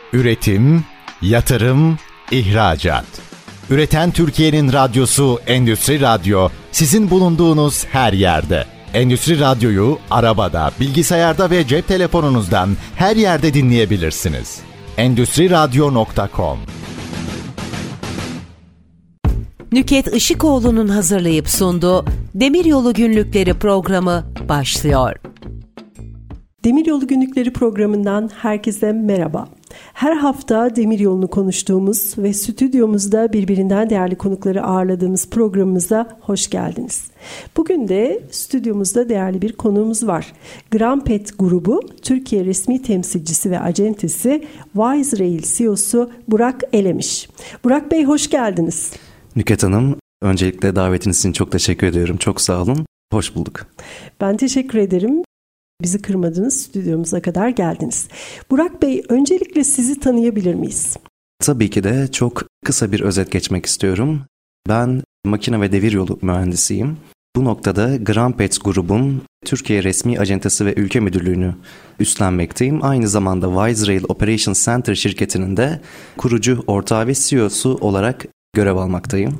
Üretim, yatırım, ihracat. Üreten Türkiye'nin radyosu Endüstri Radyo, sizin bulunduğunuz her yerde. Endüstri Radyo'yu arabada, bilgisayarda ve cep telefonunuzdan her yerde dinleyebilirsiniz. Endüstriradyo.com. Nükhet Işıkoğlu'nun hazırlayıp sunduğu Demiryolu Günlükleri programı başlıyor. Demiryolu Günlükleri programından herkese merhaba. Her hafta demiryolunu konuştuğumuz ve stüdyomuzda birbirinden değerli konukları ağırladığımız programımıza hoş geldiniz. Bugün de stüdyomuzda değerli bir konuğumuz var. Grampet grubu Türkiye resmi temsilcisi ve acentesi Wise Rail CEO'su Burak Elemiş. Burak Bey, hoş geldiniz. Nükhet Hanım, öncelikle davetiniz için çok teşekkür ediyorum. Çok sağ olun. Hoş bulduk. Ben teşekkür ederim. Bizi kırmadınız, stüdyomuza kadar geldiniz. Burak Bey, öncelikle sizi tanıyabilir miyiz? Tabii ki de çok kısa bir özet geçmek istiyorum. Ben makine ve demiryolu mühendisiyim. Bu noktada Grampet grubun Türkiye resmi acentesi ve ülke müdürlüğünü üstlenmekteyim. Aynı zamanda Wise Rail Operations Center şirketinin de kurucu ortağı ve CEO'su olarak görev almaktayım.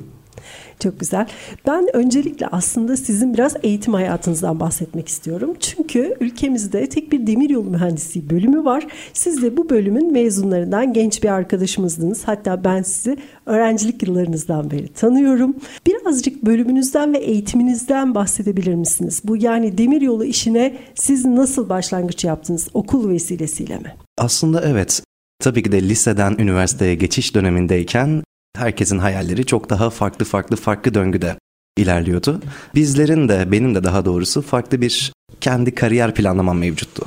Çok güzel. Ben öncelikle aslında sizin biraz eğitim hayatınızdan bahsetmek istiyorum. Çünkü ülkemizde tek bir demiryolu mühendisliği bölümü var. Siz de bu bölümün mezunlarından genç bir arkadaşımızdınız. Hatta ben sizi öğrencilik yıllarınızdan beri tanıyorum. Birazcık bölümünüzden ve eğitiminizden bahsedebilir misiniz? Bu yani demiryolu işine siz nasıl başlangıç yaptınız? Okul vesilesiyle mi? Aslında evet. Tabii ki de liseden üniversiteye geçiş dönemindeyken herkesin hayalleri çok daha farklı döngüde ilerliyordu. Bizlerin de, benim de daha doğrusu farklı bir kendi kariyer planlamam mevcuttu.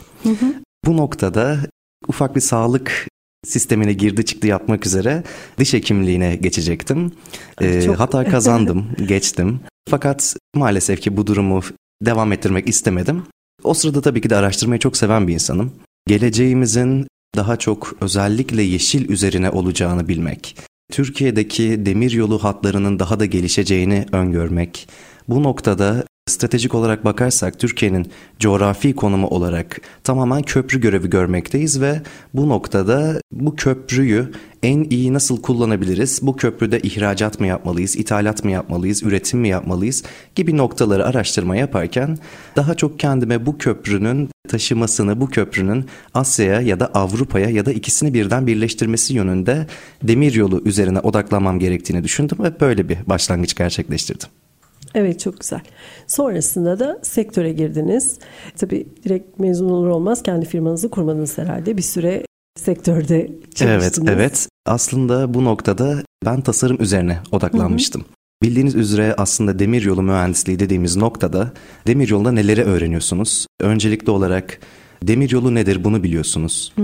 Bu noktada ufak bir sağlık sistemine girdi çıktı yapmak üzere diş hekimliğine geçecektim. Hatta kazandım, geçtim. Fakat maalesef ki bu durumu devam ettirmek istemedim. O sırada tabii ki de araştırmayı çok seven bir insanım. Geleceğimizin daha çok özellikle yeşil üzerine olacağını bilmek, Türkiye'deki demiryolu hatlarının daha da gelişeceğini öngörmek, bu noktada stratejik olarak bakarsak Türkiye'nin coğrafi konumu olarak tamamen köprü görevi görmekteyiz ve bu noktada bu köprüyü en iyi nasıl kullanabiliriz, bu köprüde ihracat mı yapmalıyız, ithalat mı yapmalıyız, üretim mi yapmalıyız gibi noktaları araştırma yaparken daha çok kendime bu köprünün taşımasını, bu köprünün Asya'ya ya da Avrupa'ya ya da ikisini birden birleştirmesi yönünde demiryolu üzerine odaklanmam gerektiğini düşündüm ve böyle bir başlangıç gerçekleştirdim. Evet, çok güzel. Sonrasında da sektöre girdiniz. Tabii direkt mezun olur olmaz kendi firmanızı kurmadınız herhalde. Bir süre sektörde çalıştınız. Evet. Aslında bu noktada ben tasarım üzerine odaklanmıştım. Bildiğiniz üzere aslında demiryolu mühendisliği dediğimiz noktada demiryolunda neleri öğreniyorsunuz? Öncelikli olarak demiryolu nedir bunu biliyorsunuz.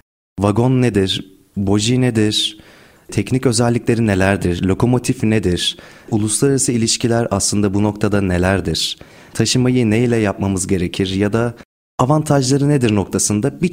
Vagon nedir? Boji nedir? Teknik özellikleri nelerdir? Lokomotif nedir? Uluslararası ilişkiler aslında bu noktada nelerdir? Taşımayı neyle yapmamız gerekir ya da avantajları nedir noktasında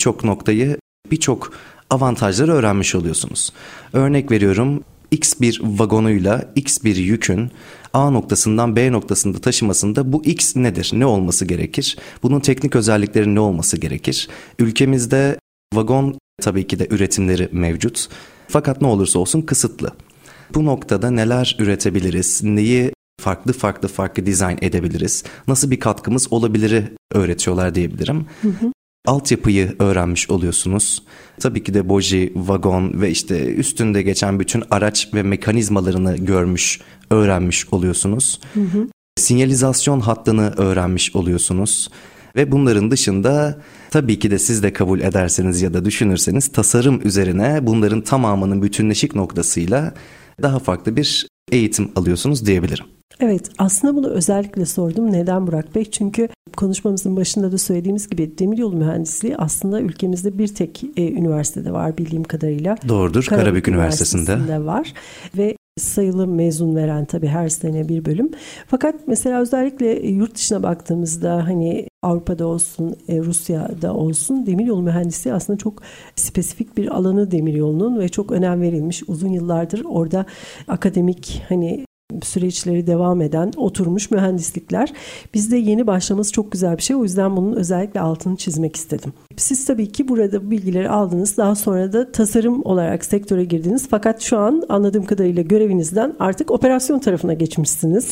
birçok avantajları öğrenmiş oluyorsunuz. Örnek veriyorum, X bir vagonuyla X bir yükün A noktasından B noktasında taşımasında bu X nedir? Ne olması gerekir? Bunun teknik özellikleri ne olması gerekir? Ülkemizde vagon tabii ki de üretimleri mevcut. Fakat ne olursa olsun kısıtlı. Bu noktada neler üretebiliriz, neyi farklı dizayn edebiliriz, nasıl bir katkımız olabiliri öğretiyorlar diyebilirim. Altyapıyı öğrenmiş oluyorsunuz. Tabii ki de boji, vagon ve işte üstünde geçen bütün araç ve mekanizmalarını öğrenmiş oluyorsunuz. Sinyalizasyon hattını öğrenmiş oluyorsunuz. Ve bunların dışında tabii ki de siz de kabul ederseniz ya da düşünürseniz tasarım üzerine bunların tamamının bütünleşik noktasıyla daha farklı bir eğitim alıyorsunuz diyebilirim. Evet, aslında bunu özellikle sordum. Neden Burak Bey? Çünkü konuşmamızın başında da söylediğimiz gibi demiryolu mühendisliği aslında ülkemizde bir tek üniversitede var bildiğim kadarıyla. Doğrudur, Karabük Üniversitesi'nde var ve sayılı mezun veren tabii her sene bir bölüm. Fakat mesela özellikle yurt dışına baktığımızda hani Avrupa'da olsun, Rusya'da olsun demiryolu mühendisliği aslında çok spesifik bir alanı demiryolunun ve çok önem verilmiş. Uzun yıllardır orada akademik hani süreçleri devam eden oturmuş mühendislikler. Bizde yeni başlaması çok güzel bir şey. O yüzden bunun özellikle altını çizmek istedim. Siz tabii ki burada bilgileri aldınız. Daha sonra da tasarım olarak sektöre girdiniz. Fakat şu an anladığım kadarıyla görevinizden artık operasyon tarafına geçmişsiniz.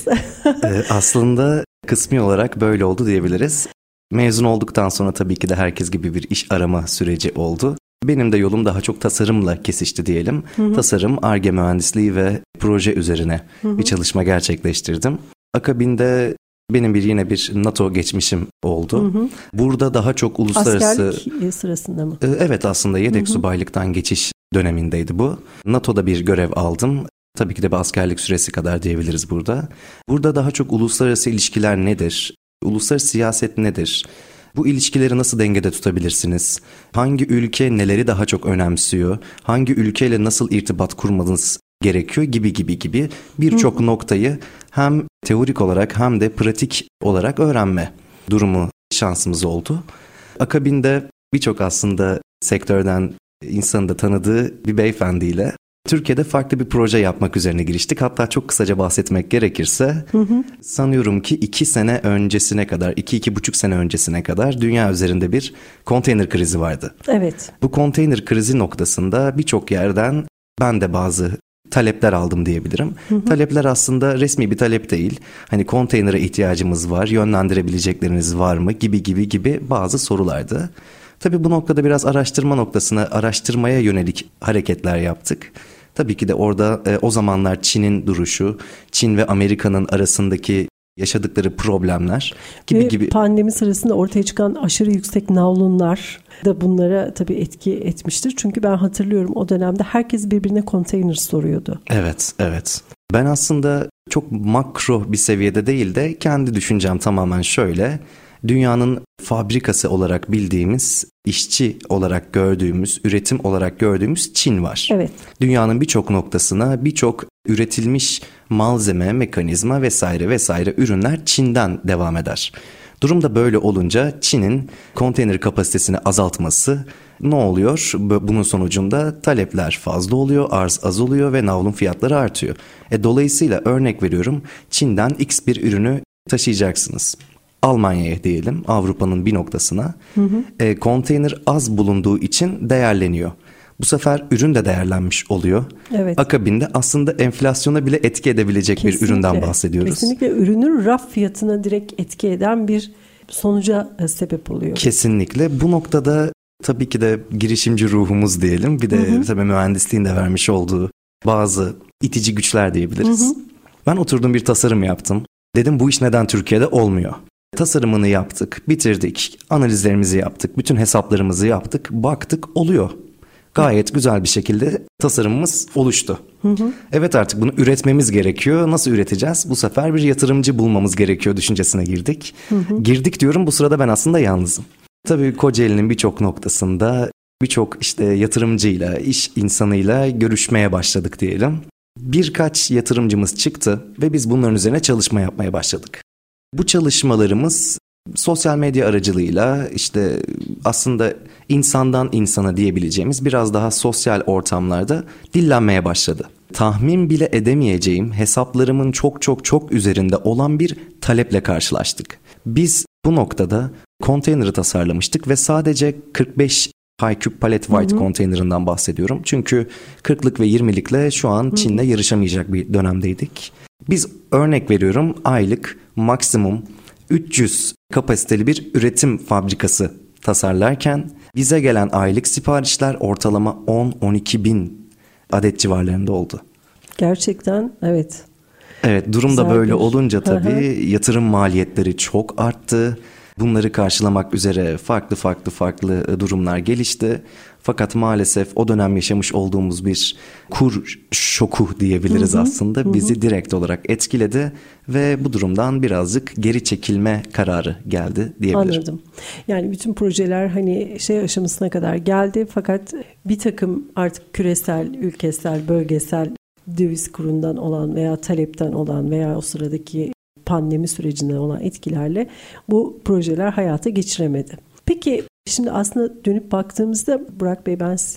Aslında kısmi olarak böyle oldu diyebiliriz. Mezun olduktan sonra tabii ki de herkes gibi bir iş arama süreci oldu. Benim de yolum daha çok tasarımla kesişti diyelim. Tasarım, Ar-Ge mühendisliği ve proje üzerine bir çalışma gerçekleştirdim. Akabinde benim yine bir NATO geçmişim oldu. Burada daha çok uluslararası... Askerlik sırasında mı? Evet, aslında yedek subaylıktan geçiş dönemindeydi bu. NATO'da bir görev aldım. Tabii ki de bir askerlik süresi kadar diyebiliriz burada. Burada daha çok uluslararası ilişkiler nedir? Uluslararası siyaset nedir? Bu ilişkileri nasıl dengede tutabilirsiniz? Hangi ülke neleri daha çok önemsiyor? Hangi ülkeyle nasıl irtibat kurmanız gerekiyor gibi birçok noktayı hem teorik olarak hem de pratik olarak öğrenme durumu şansımız oldu. Akabinde birçok aslında sektörden insanın da tanıdığı bir beyefendiyle Türkiye'de farklı bir proje yapmak üzerine giriştik. Hatta çok kısaca bahsetmek gerekirse sanıyorum ki 2 sene öncesine kadar, 2-2,5 sene öncesine kadar dünya üzerinde bir konteyner krizi vardı. Evet. Bu konteyner krizi noktasında birçok yerden ben de bazı talepler aldım diyebilirim. Talepler aslında resmi bir talep değil. Hani konteynere ihtiyacımız var, yönlendirebilecekleriniz var mı gibi bazı sorulardı. Tabii bu noktada biraz araştırmaya yönelik hareketler yaptık. Tabii ki de orada o zamanlar Çin'in duruşu, Çin ve Amerika'nın arasındaki yaşadıkları problemler gibi. Pandemi sırasında ortaya çıkan aşırı yüksek navlunlar da bunlara tabii etki etmiştir. Çünkü ben hatırlıyorum o dönemde herkes birbirine konteyner soruyordu. Evet. Ben aslında çok makro bir seviyede değil de kendi düşüncem tamamen şöyle. Dünyanın fabrikası olarak bildiğimiz, işçi olarak gördüğümüz, üretim olarak gördüğümüz Çin var. Evet. Dünyanın birçok noktasına birçok üretilmiş malzeme, mekanizma vesaire ürünler Çin'den devam eder. Durum da böyle olunca Çin'in konteyner kapasitesini azaltması ne oluyor? Bunun sonucunda talepler fazla oluyor, arz az oluyor ve navlun fiyatları artıyor. Dolayısıyla örnek veriyorum, Çin'den X bir ürünü taşıyacaksınız. Almanya'ya diyelim, Avrupa'nın bir noktasına. Konteyner az bulunduğu için değerleniyor. Bu sefer ürün de değerlenmiş oluyor. Evet. Akabinde aslında enflasyona bile etki edebilecek bir üründen bahsediyoruz. Kesinlikle ürünün raf fiyatına direkt etki eden bir sonuca sebep oluyor. Kesinlikle. Bu noktada tabii ki de girişimci ruhumuz diyelim. Bir de tabii mühendisliğin de vermiş olduğu bazı itici güçler diyebiliriz. Ben oturdum bir tasarım yaptım. Dedim bu iş neden Türkiye'de olmuyor? Tasarımını yaptık, bitirdik, analizlerimizi yaptık, bütün hesaplarımızı yaptık, baktık oluyor. Gayet güzel bir şekilde tasarımımız oluştu. Evet, artık bunu üretmemiz gerekiyor. Nasıl üreteceğiz? Bu sefer bir yatırımcı bulmamız gerekiyor düşüncesine girdik. Girdik diyorum, bu sırada ben aslında yalnızım. Tabii Kocaeli'nin birçok noktasında birçok yatırımcıyla, iş insanıyla görüşmeye başladık diyelim. Birkaç yatırımcımız çıktı ve biz bunların üzerine çalışma yapmaya başladık. Bu çalışmalarımız sosyal medya aracılığıyla aslında insandan insana diyebileceğimiz biraz daha sosyal ortamlarda dillenmeye başladı. Tahmin bile edemeyeceğim hesaplarımın çok üzerinde olan bir taleple karşılaştık. Biz bu noktada konteyneri tasarlamıştık ve sadece 45 high cube pallet white konteynerinden bahsediyorum. Çünkü 40'lık ve 20'likle şu an Çin'le yarışamayacak bir dönemdeydik. Biz örnek veriyorum aylık maksimum 300 kapasiteli bir üretim fabrikası tasarlarken bize gelen aylık siparişler ortalama 10-12 bin adet civarlarında oldu. Gerçekten evet. Evet, durum da böyle olunca tabii yatırım maliyetleri çok arttı. Bunları karşılamak üzere farklı durumlar gelişti. Fakat maalesef o dönem yaşamış olduğumuz bir kur şoku diyebiliriz aslında. Bizi direkt olarak etkiledi ve bu durumdan birazcık geri çekilme kararı geldi diyebilirim. Anladım. Yani bütün projeler aşamasına kadar geldi fakat bir takım artık küresel, ülkesel, bölgesel döviz kurundan olan veya talepten olan veya o sıradaki pandemi sürecinden olan etkilerle bu projeler hayata geçiremedi. Peki şimdi aslında dönüp baktığımızda Burak Bey, ben sizi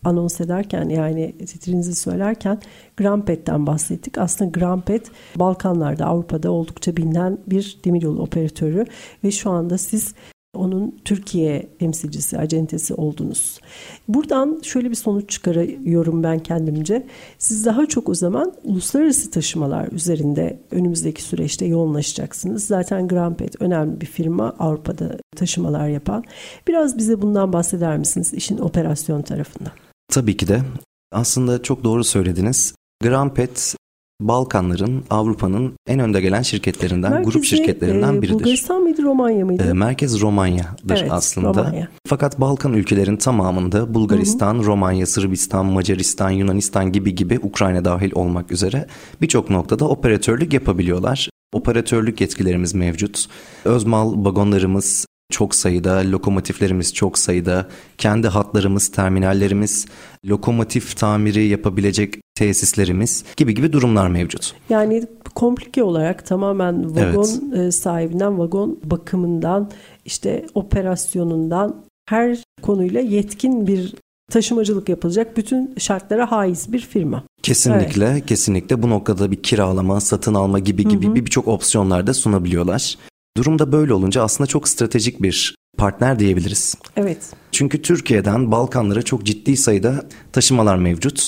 anons ederken, yani titrinizi söylerken Grampet'ten bahsettik. Aslında Grampet Balkanlarda, Avrupa'da oldukça bilinen bir demiryolu operatörü ve şu anda siz onun Türkiye temsilcisi, acentesi oldunuz. Buradan şöyle bir sonuç çıkarıyorum ben kendimce. Siz daha çok o zaman uluslararası taşımalar üzerinde önümüzdeki süreçte yoğunlaşacaksınız. Zaten Grampet önemli bir firma, Avrupa'da taşımalar yapan. Biraz bize bundan bahseder misiniz işin operasyon tarafından? Tabii ki de. Aslında çok doğru söylediniz. Grampet Balkanların, Avrupa'nın en önde gelen şirketlerinden, merkezi, grup şirketlerinden biridir. Bulgaristan mıydı, Romanya mıydı? Merkez Romanya'dır aslında. Romanya. Fakat Balkan ülkelerin tamamında Bulgaristan, Romanya, Sırbistan, Macaristan, Yunanistan gibi Ukrayna dahil olmak üzere birçok noktada operatörlük yapabiliyorlar. Operatörlük yetkilerimiz mevcut. Özmal vagonlarımız çok sayıda, lokomotiflerimiz çok sayıda, kendi hatlarımız, terminallerimiz, lokomotif tamiri yapabilecek tesislerimiz gibi durumlar mevcut. Yani komplike olarak tamamen vagon sahibinden, vagon bakımından, işte operasyonundan her konuyla yetkin bir taşımacılık yapılacak bütün şartlara haiz bir firma. Kesinlikle bu noktada bir kiralama, satın alma gibi birçok opsiyonlar da sunabiliyorlar. Durumda böyle olunca aslında çok stratejik bir partner diyebiliriz. Evet. Çünkü Türkiye'den Balkanlara çok ciddi sayıda taşımalar mevcut.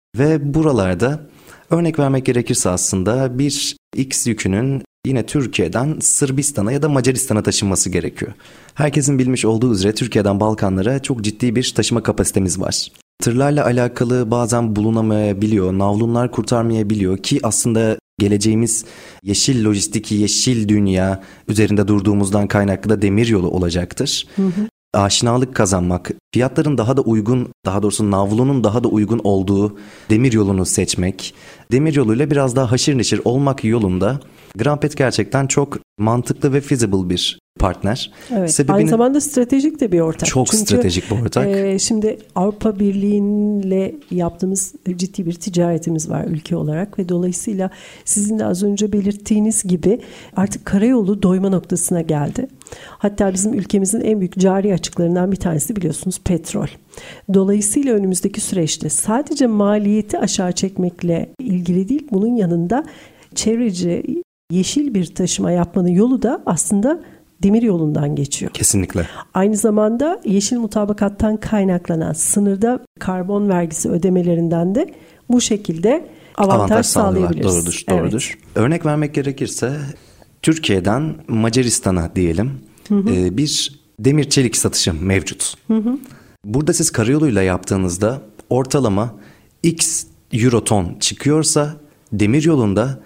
Ve buralarda örnek vermek gerekirse aslında bir X yükünün yine Türkiye'den Sırbistan'a ya da Macaristan'a taşınması gerekiyor. Herkesin bilmiş olduğu üzere Türkiye'den Balkanlara çok ciddi bir taşıma kapasitemiz var. Tırlarla alakalı bazen bulunamayabiliyor, navlunlar kurtarmayabiliyor ki aslında geleceğimiz yeşil lojistik, yeşil dünya üzerinde durduğumuzdan kaynaklı da demiryolu olacaktır. Aşinalık kazanmak, fiyatların daha da uygun, daha doğrusu navlunun daha da uygun olduğu demiryolunu seçmek, demiryoluyla biraz daha haşir neşir olmak yolunda Grampet gerçekten çok mantıklı ve feasible bir partner. Evet, aynı zamanda stratejik de bir ortak. Çok stratejik bir ortak. Şimdi Avrupa Birliği'yle yaptığımız ciddi bir ticaretimiz var ülke olarak ve dolayısıyla sizin de az önce belirttiğiniz gibi artık karayolu doyma noktasına geldi. Hatta bizim ülkemizin en büyük cari açıklarından bir tanesi biliyorsunuz petrol. Dolayısıyla önümüzdeki süreçte sadece maliyeti aşağı çekmekle ilgili değil, bunun yanında çevreci, yeşil bir taşıma yapmanın yolu da aslında demir yolundan geçiyor. Kesinlikle. Aynı zamanda yeşil mutabakattan kaynaklanan sınırda karbon vergisi ödemelerinden de bu şekilde avantaj sağlayabiliriz. Doğrudur. Evet. Örnek vermek gerekirse Türkiye'den Macaristan'a diyelim bir demir çelik satışı mevcut. Burada siz karayoluyla yaptığınızda ortalama X Euroton çıkıyorsa demir yolunda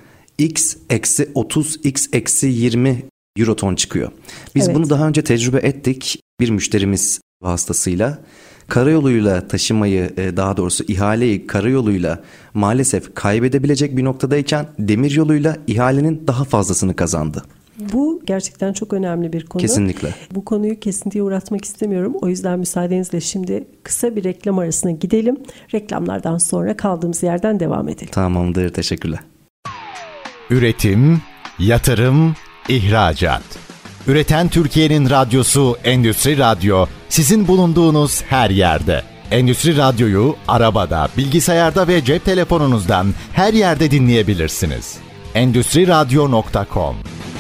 X-30, X-20 Euroton çıkıyor. Biz bunu daha önce tecrübe ettik bir müşterimiz vasıtasıyla. Karayoluyla taşımayı, daha doğrusu ihaleyi karayoluyla maalesef kaybedebilecek bir noktadayken demiryoluyla ihalenin daha fazlasını kazandı. Bu gerçekten çok önemli bir konu. Kesinlikle. Bu konuyu kesintiye uğratmak istemiyorum. O yüzden müsaadenizle şimdi kısa bir reklam arasına gidelim. Reklamlardan sonra kaldığımız yerden devam edelim. Tamamdır, teşekkürler. Üretim, yatırım, ihracat. Üreten Türkiye'nin radyosu Endüstri Radyo, sizin bulunduğunuz her yerde. Endüstri Radyo'yu arabada, bilgisayarda ve cep telefonunuzdan her yerde dinleyebilirsiniz. Endüstriradyo.com.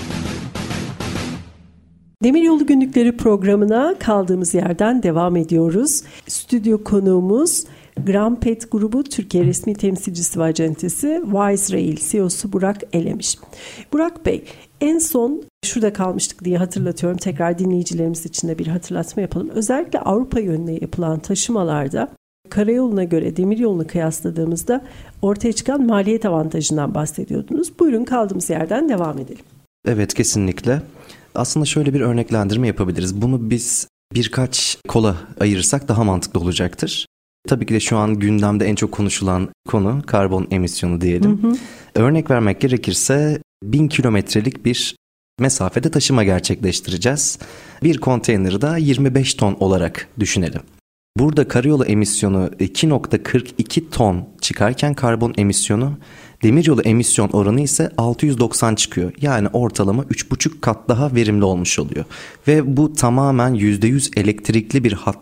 Demiryolu Günlükleri programına kaldığımız yerden devam ediyoruz. Stüdyo konuğumuz Grampet Grubu Türkiye Resmi Temsilcisi ve Acentesi Wise Rail CEO'su Burak Elemiş. Burak Bey, en son şurada kalmıştık diye hatırlatıyorum. Tekrar dinleyicilerimiz için de bir hatırlatma yapalım. Özellikle Avrupa yönüne yapılan taşımalarda karayoluna göre demiryolunu kıyasladığımızda ortaya çıkan maliyet avantajından bahsediyordunuz. Buyurun kaldığımız yerden devam edelim. Evet, kesinlikle. Aslında şöyle bir örneklendirme yapabiliriz. Bunu biz birkaç kola ayırırsak daha mantıklı olacaktır. Tabii ki de şu an gündemde en çok konuşulan konu karbon emisyonu diyelim. Örnek vermek gerekirse 1000 kilometrelik bir mesafede taşıma gerçekleştireceğiz. Bir konteyneri de 25 ton olarak düşünelim. Burada karayolu emisyonu 2.42 ton çıkarken karbon emisyonu, demiryolu emisyon oranı ise 690 çıkıyor. Yani ortalama 3,5 kat daha verimli olmuş oluyor. Ve bu tamamen %100 elektrikli bir hat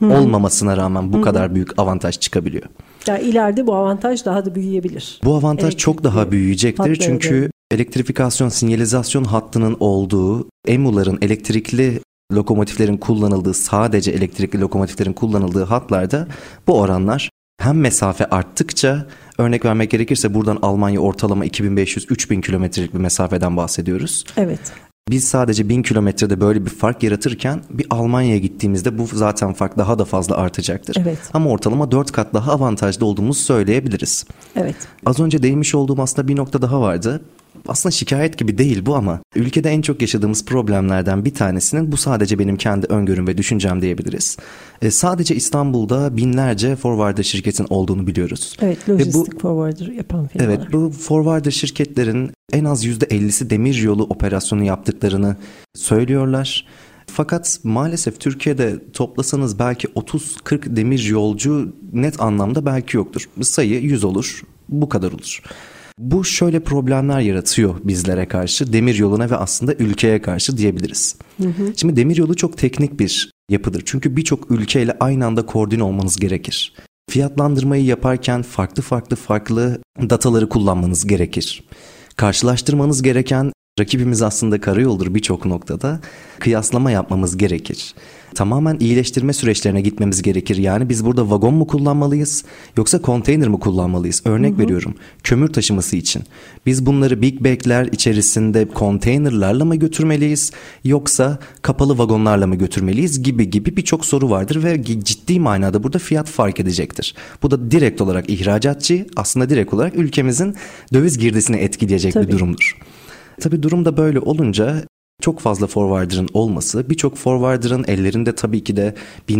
olmamasına rağmen bu kadar büyük avantaj çıkabiliyor. Yani ileride bu avantaj daha da büyüyebilir. Bu avantaj çok daha büyüyecektir çünkü elektrifikasyon sinyalizasyon hattının olduğu, EMU'ların elektrikli lokomotiflerin kullanıldığı, sadece elektrikli lokomotiflerin kullanıldığı hatlarda bu oranlar hem mesafe arttıkça, örnek vermek gerekirse buradan Almanya ortalama 2500-3000 kilometrelik bir mesafeden bahsediyoruz. Evet. Biz sadece 1000 kilometrede böyle bir fark yaratırken bir Almanya'ya gittiğimizde bu zaten fark daha da fazla artacaktır. Evet. Ama ortalama 4 kat daha avantajlı olduğumuzu söyleyebiliriz. Evet. Az önce değinmiş olduğum aslında bir nokta daha vardı. Aslında şikayet gibi değil bu ama ülkede en çok yaşadığımız problemlerden bir tanesinin, bu sadece benim kendi öngörüm ve düşüncem diyebiliriz. Sadece İstanbul'da binlerce forwarder şirketin olduğunu biliyoruz. Evet, lojistik forwarder yapan firmalar. Evet, bu forwarder şirketlerin en az %50'si demiryolu operasyonu yaptıklarını söylüyorlar. Fakat maalesef Türkiye'de toplasanız belki 30-40 demir yolcu net anlamda belki yoktur. Sayı 100 olur, bu kadar olur. Bu şöyle problemler yaratıyor bizlere karşı, demiryoluna ve aslında ülkeye karşı diyebiliriz. Şimdi demiryolu çok teknik bir yapıdır. Çünkü birçok ülkeyle aynı anda koordine olmanız gerekir. Fiyatlandırmayı yaparken farklı dataları kullanmanız gerekir. Karşılaştırmanız gereken rakibimiz aslında karayoldur birçok noktada. Kıyaslama yapmamız gerekir. Tamamen iyileştirme süreçlerine gitmemiz gerekir. Yani biz burada vagon mu kullanmalıyız yoksa konteyner mi kullanmalıyız? Örnek veriyorum, kömür taşıması için. Biz bunları big bag'ler içerisinde konteynerlarla mı götürmeliyiz yoksa kapalı vagonlarla mı götürmeliyiz gibi birçok soru vardır ve ciddi manada burada fiyat fark edecektir. Bu da direkt olarak ihracatçı, aslında direkt olarak ülkemizin döviz girdisini etkileyecek bir durumdur. Tabii durum da böyle olunca çok fazla forwarder'ın olması, birçok forwarder'ın ellerinde tabii ki de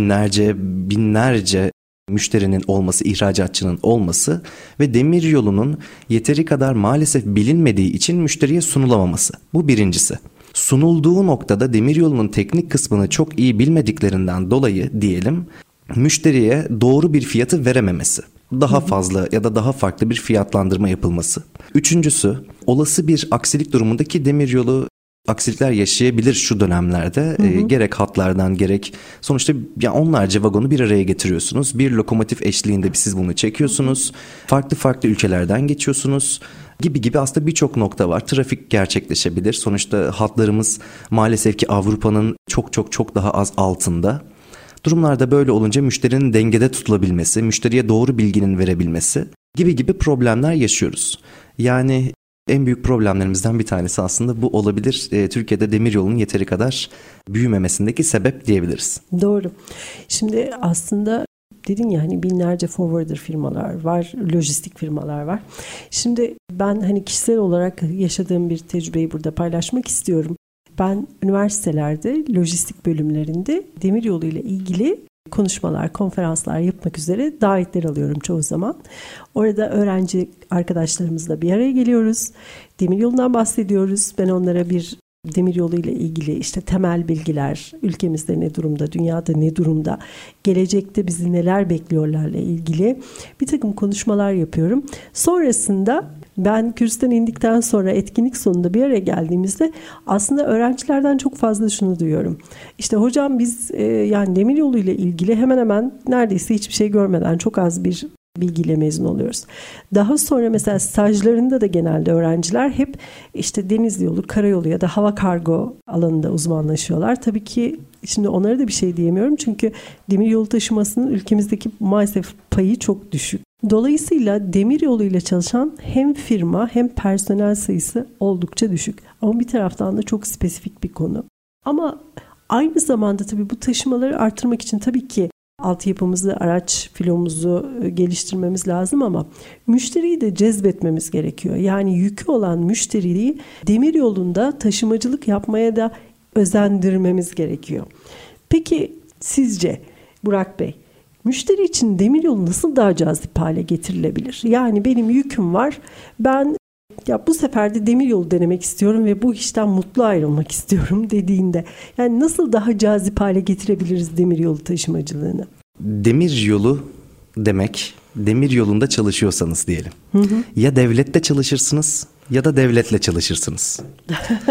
binlerce müşterinin olması, ihracatçının olması ve demiryolunun yeteri kadar maalesef bilinmediği için müşteriye sunulamaması. Bu birincisi. Sunulduğu noktada demiryolunun teknik kısmını çok iyi bilmediklerinden dolayı diyelim, müşteriye doğru bir fiyatı verememesi. Daha fazla ya da daha farklı bir fiyatlandırma yapılması. Üçüncüsü, olası bir aksilik durumundaki demiryolu aksilikler yaşayabilir şu dönemlerde. Gerek hatlardan gerek sonuçta onlarca vagonu bir araya getiriyorsunuz. Bir lokomotif eşliğinde siz bunu çekiyorsunuz. Farklı ülkelerden geçiyorsunuz. Gibi aslında birçok nokta var. Trafik gerçekleşebilir. Sonuçta hatlarımız maalesef ki Avrupa'nın çok daha az altında. Durumlarda böyle olunca müşterinin dengede tutulabilmesi, müşteriye doğru bilginin verebilmesi gibi problemler yaşıyoruz. Yani en büyük problemlerimizden bir tanesi aslında bu olabilir. Türkiye'de demiryolunun yeteri kadar büyümemesindeki sebep diyebiliriz. Doğru. Şimdi aslında dedin ya hani binlerce forwarder firmalar var, lojistik firmalar var. Şimdi ben kişisel olarak yaşadığım bir tecrübeyi burada paylaşmak istiyorum. Ben üniversitelerde lojistik bölümlerinde demiryolu ile ilgili konuşmalar, konferanslar yapmak üzere davetler alıyorum çoğu zaman. Orada öğrenci arkadaşlarımızla bir araya geliyoruz. Demiryolundan bahsediyoruz. Ben onlara bir demiryolu ile ilgili temel bilgiler, ülkemizde ne durumda, dünyada ne durumda, gelecekte bizi neler bekliyorlarla ilgili bir takım konuşmalar yapıyorum. Sonrasında ben kürsüden indikten sonra etkinlik sonunda bir araya geldiğimizde aslında öğrencilerden çok fazla şunu duyuyorum. Hocam biz demiryolu ile ilgili hemen hemen neredeyse hiçbir şey görmeden çok az bir bilgiyle mezun oluyoruz. Daha sonra mesela stajlarında da genelde öğrenciler hep deniz yolu, karayolu ya da hava kargo alanında uzmanlaşıyorlar. Tabii ki şimdi onlara da bir şey diyemiyorum çünkü demiryolu taşımasının ülkemizdeki maalesef payı çok düşük. Dolayısıyla demiryolu ile çalışan hem firma hem personel sayısı oldukça düşük. Ama bir taraftan da çok spesifik bir konu. Ama aynı zamanda tabii bu taşımaları artırmak için tabii ki altyapımızı, araç filomuzu geliştirmemiz lazım ama müşteriyi de cezbetmemiz gerekiyor. Yani yükü olan müşteriyi demiryolunda taşımacılık yapmaya da özendirmemiz gerekiyor. Peki sizce Burak Bey, müşteri için demiryolu nasıl daha cazip hale getirilebilir? Yani benim yüküm var, ben bu sefer de demiryolu denemek istiyorum ve bu işten mutlu ayrılmak istiyorum dediğinde yani nasıl daha cazip hale getirebiliriz demiryolu taşımacılığını? Demiryolu demek, demiryolunda çalışıyorsanız diyelim. Ya devlette çalışırsınız ya da devletle çalışırsınız.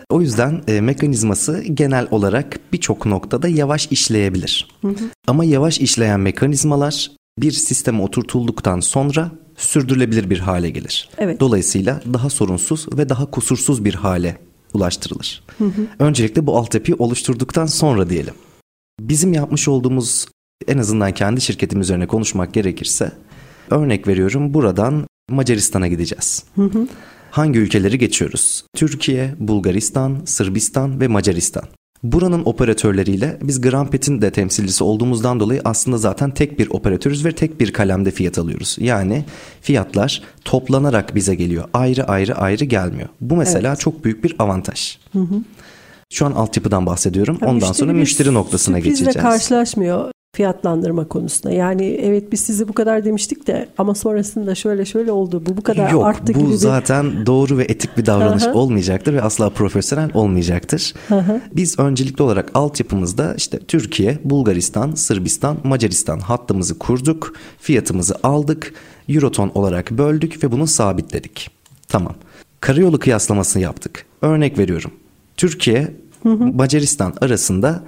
O yüzden mekanizması genel olarak birçok noktada yavaş işleyebilir. Ama yavaş işleyen mekanizmalar bir sisteme oturtulduktan sonra sürdürülebilir bir hale gelir. Evet. Dolayısıyla daha sorunsuz ve daha kusursuz bir hale ulaştırılır. Öncelikle bu altyapıyı oluşturduktan sonra diyelim. Bizim yapmış olduğumuz, en azından kendi şirketim üzerine konuşmak gerekirse, örnek veriyorum, buradan Macaristan'a gideceğiz. Hangi ülkeleri geçiyoruz? Türkiye, Bulgaristan, Sırbistan ve Macaristan. Buranın operatörleriyle biz Grampet'in de temsilcisi olduğumuzdan dolayı aslında zaten tek bir operatörüz ve tek bir kalemde fiyat alıyoruz. Yani fiyatlar toplanarak bize geliyor. Ayrı gelmiyor. Bu mesela çok büyük bir avantaj. Şu an altyapıdan bahsediyorum. Ondan sonra müşteri noktasına geçeceğiz. Sürprizle karşılaşmıyor fiyatlandırma konusunda. Yani evet, biz size bu kadar demiştik de ama sonrasında şöyle oldu. Bu kadar arttı gibi. Yok, bu zaten doğru ve etik bir davranış olmayacaktır ve asla profesyonel olmayacaktır. Biz öncelikli olarak altyapımızda işte Türkiye, Bulgaristan, Sırbistan, Macaristan hattımızı kurduk. Fiyatımızı aldık. Euroton olarak böldük ve bunu sabitledik. Tamam. Karayolu kıyaslamasını yaptık. Örnek veriyorum. Türkiye, Macaristan arasında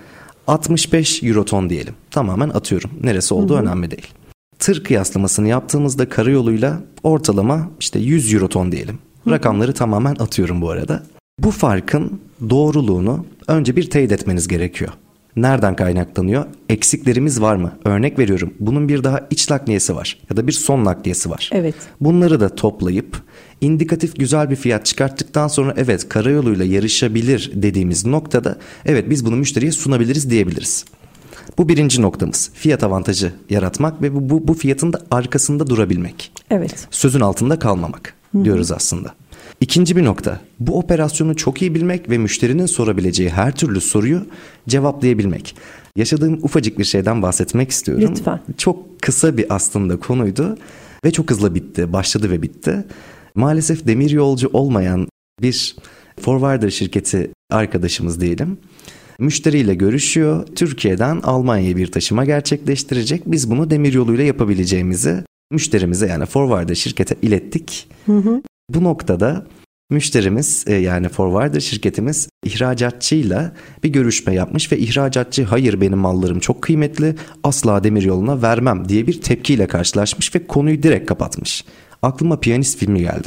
65 Euroton diyelim. Tamamen atıyorum. Neresi olduğu önemli değil. Tır kıyaslamasını yaptığımızda karayoluyla ortalama işte 100 Euroton diyelim. Rakamları tamamen atıyorum bu arada. Bu farkın doğruluğunu önce bir teyit etmeniz gerekiyor. Nereden kaynaklanıyor? Eksiklerimiz var mı? Örnek veriyorum. Bunun bir daha iç nakliyesi var ya da bir son nakliyesi var. Evet. Bunları da toplayıp indikatif güzel bir fiyat çıkarttıktan sonra evet, karayoluyla yarışabilir dediğimiz noktada evet, biz bunu müşteriye sunabiliriz diyebiliriz. Bu birinci noktamız. Fiyat avantajı yaratmak ve bu fiyatın da arkasında durabilmek. Evet. Sözün altında kalmamak diyoruz aslında. İkinci bir nokta, bu operasyonu çok iyi bilmek ve müşterinin sorabileceği her türlü soruyu cevaplayabilmek. Yaşadığım ufacık bir şeyden bahsetmek istiyorum. Lütfen. Çok kısa bir aslında konuydu ve çok hızlı bitti, başladı ve bitti. Maalesef demiryolcu olmayan bir forwarder şirketi arkadaşımız diyelim, müşteriyle görüşüyor. Türkiye'den Almanya'ya bir taşıma gerçekleştirecek. Biz bunu demiryoluyla yapabileceğimizi müşterimize, yani forwarder şirkete ilettik. Bu noktada müşterimiz, yani forwarder şirketimiz ihracatçıyla bir görüşme yapmış ve ihracatçı hayır, benim mallarım çok kıymetli, asla demiryoluna vermem diye bir tepkiyle karşılaşmış ve konuyu direkt kapatmış. Aklıma Piyanist filmi geldi.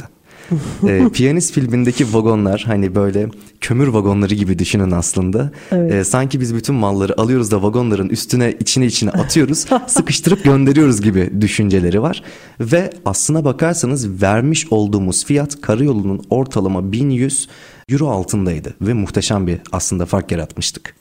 Piyanist filmindeki vagonlar, hani böyle kömür vagonları gibi düşünün aslında. Evet. Sanki biz bütün malları alıyoruz da vagonların üstüne içine atıyoruz, sıkıştırıp gönderiyoruz gibi düşünceleri var. Ve aslına bakarsanız vermiş olduğumuz fiyat karayolunun ortalama 1100 euro altındaydı ve muhteşem bir aslında fark yaratmıştık.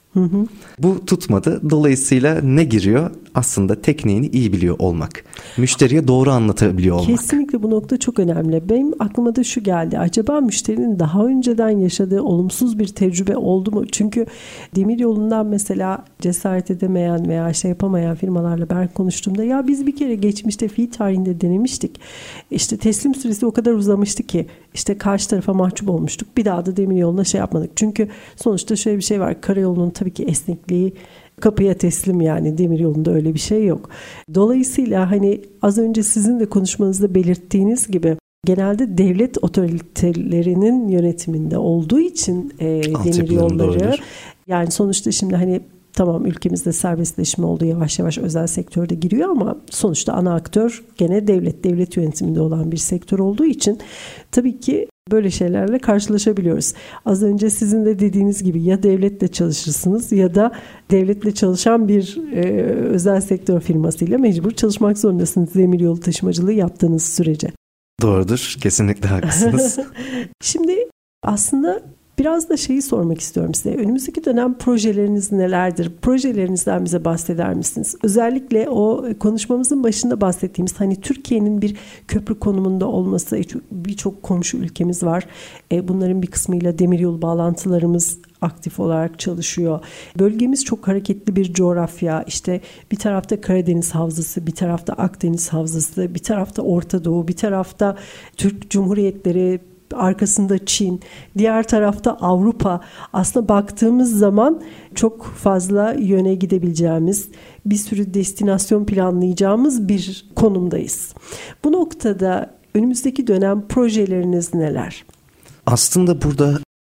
Bu tutmadı. Dolayısıyla ne giriyor? Aslında tekniğini iyi biliyor olmak. Müşteriye doğru anlatabiliyor olmak. Kesinlikle bu nokta çok önemli. Benim aklıma da şu geldi. Acaba müşterinin daha önceden yaşadığı olumsuz bir tecrübe oldu mu? Çünkü demiryolundan mesela cesaret edemeyen veya yapamayan firmalarla ben konuştuğumda ya biz bir kere geçmişte fi tarihinde denemiştik. İşte teslim süresi o kadar uzamıştı ki işte karşı tarafa mahcup olmuştuk. Bir daha da demiryoluna yapmadık. Çünkü sonuçta şöyle bir şey var. Karayolunun tabii ki esnekliği kapıya teslim, yani demiryolunda öyle bir şey yok. Dolayısıyla hani az önce sizin de konuşmanızda belirttiğiniz gibi genelde devlet otoritelerinin yönetiminde olduğu için demiryolları, yani sonuçta şimdi hani tamam, ülkemizde serbestleşme oldu, yavaş yavaş özel sektörde giriyor ama sonuçta ana aktör gene devlet yönetiminde olan bir sektör olduğu için tabii ki böyle şeylerle karşılaşabiliyoruz. Az önce sizin de dediğiniz gibi ya devletle çalışırsınız ya da devletle çalışan bir özel sektör firmasıyla mecbur çalışmak zorundasınız demiryolu taşımacılığı yaptığınız sürece. Doğrudur, kesinlikle haklısınız. Şimdi aslında biraz da şeyi sormak istiyorum size. Önümüzdeki dönem projeleriniz nelerdir? Projelerinizden bize bahseder misiniz? Özellikle o konuşmamızın başında bahsettiğimiz hani Türkiye'nin bir köprü konumunda olması, birçok komşu ülkemiz var. Bunların bir kısmıyla demiryolu bağlantılarımız aktif olarak çalışıyor. Bölgemiz çok hareketli bir coğrafya. İşte bir tarafta Karadeniz Havzası, bir tarafta Akdeniz Havzası, bir tarafta Orta Doğu, bir tarafta Türk Cumhuriyetleri, arkasında Çin, diğer tarafta Avrupa. Aslında baktığımız zaman çok fazla yöne gidebileceğimiz, bir sürü destinasyon planlayacağımız bir konumdayız. Bu noktada önümüzdeki dönem projeleriniz neler? Aslında burada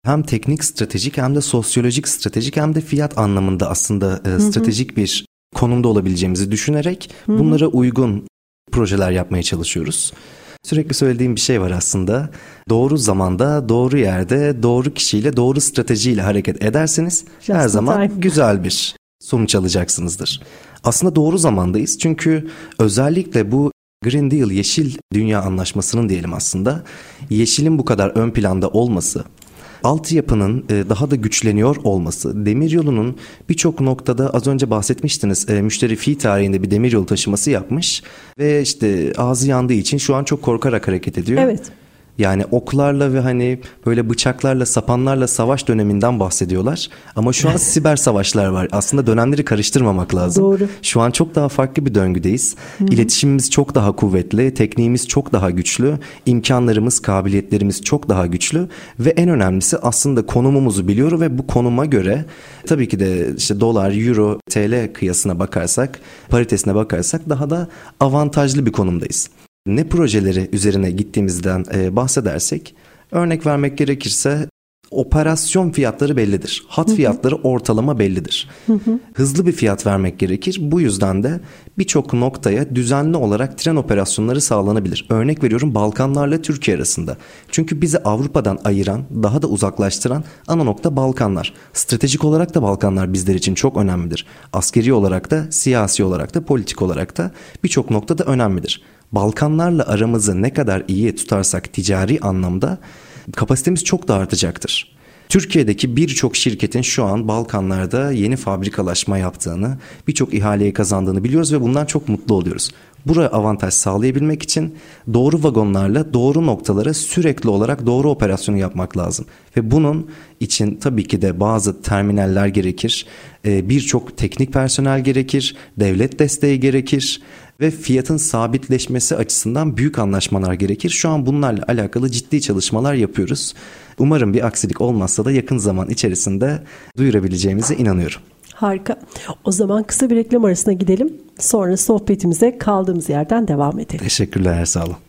hem teknik stratejik hem de sosyolojik stratejik hem de fiyat anlamında aslında stratejik bir konumda olabileceğimizi düşünerek bunlara uygun projeler yapmaya çalışıyoruz. Sürekli söylediğim bir şey var aslında. Doğru zamanda, doğru yerde, doğru kişiyle, doğru stratejiyle hareket ederseniz her zaman güzel bir sonuç alacaksınızdır. Aslında doğru zamandayız çünkü özellikle bu Green Deal, Yeşil Dünya Anlaşması'nın diyelim aslında yeşilin bu kadar ön planda olması, altyapının daha da güçleniyor olması, demiryolunun birçok noktada az önce bahsetmiştiniz, müşteri fi tarihinde bir demiryolu taşıması yapmış ve işte ağzı yandığı için şu an çok korkarak hareket ediyor. Evet. Yani oklarla ve hani böyle bıçaklarla, sapanlarla savaş döneminden bahsediyorlar. Ama şu an siber savaşlar var. Aslında dönemleri karıştırmamak lazım. Doğru. Şu an çok daha farklı bir döngüdeyiz. İletişimimiz çok daha kuvvetli, tekniğimiz çok daha güçlü, imkanlarımız, kabiliyetlerimiz çok daha güçlü ve en önemlisi aslında konumumuzu biliyor ve bu konuma göre tabii ki de işte dolar, euro, TL kıyasına bakarsak, paritesine bakarsak daha da avantajlı bir konumdayız. Ne projeleri üzerine gittiğimizden bahsedersek, örnek vermek gerekirse operasyon fiyatları bellidir. Hat fiyatları ortalama bellidir. Hızlı bir fiyat vermek gerekir. Bu yüzden de birçok noktaya düzenli olarak tren operasyonları sağlanabilir. Örnek veriyorum Balkanlarla Türkiye arasında. Çünkü bizi Avrupa'dan ayıran, daha da uzaklaştıran ana nokta Balkanlar. Stratejik olarak da Balkanlar bizler için çok önemlidir. Askeri olarak da, siyasi olarak da, politik olarak da birçok noktada önemlidir. Balkanlarla aramızı ne kadar iyi tutarsak ticari anlamda kapasitemiz çok da artacaktır. Türkiye'deki birçok şirketin şu an Balkanlarda yeni fabrikalaşma yaptığını, birçok ihaleyi kazandığını biliyoruz ve bundan çok mutlu oluyoruz. Buraya avantaj sağlayabilmek için doğru vagonlarla doğru noktalara sürekli olarak doğru operasyonu yapmak lazım. Ve bunun için tabii ki de bazı terminaller gerekir, birçok teknik personel gerekir, devlet desteği gerekir ve fiyatın sabitleşmesi açısından büyük anlaşmalar gerekir. Şu an bunlarla alakalı ciddi çalışmalar yapıyoruz. Umarım bir aksilik olmazsa da yakın zaman içerisinde duyurabileceğimize inanıyorum. Harika. O zaman kısa bir reklam arasına gidelim. Sonra sohbetimize kaldığımız yerden devam edelim. Teşekkürler, sağ olun.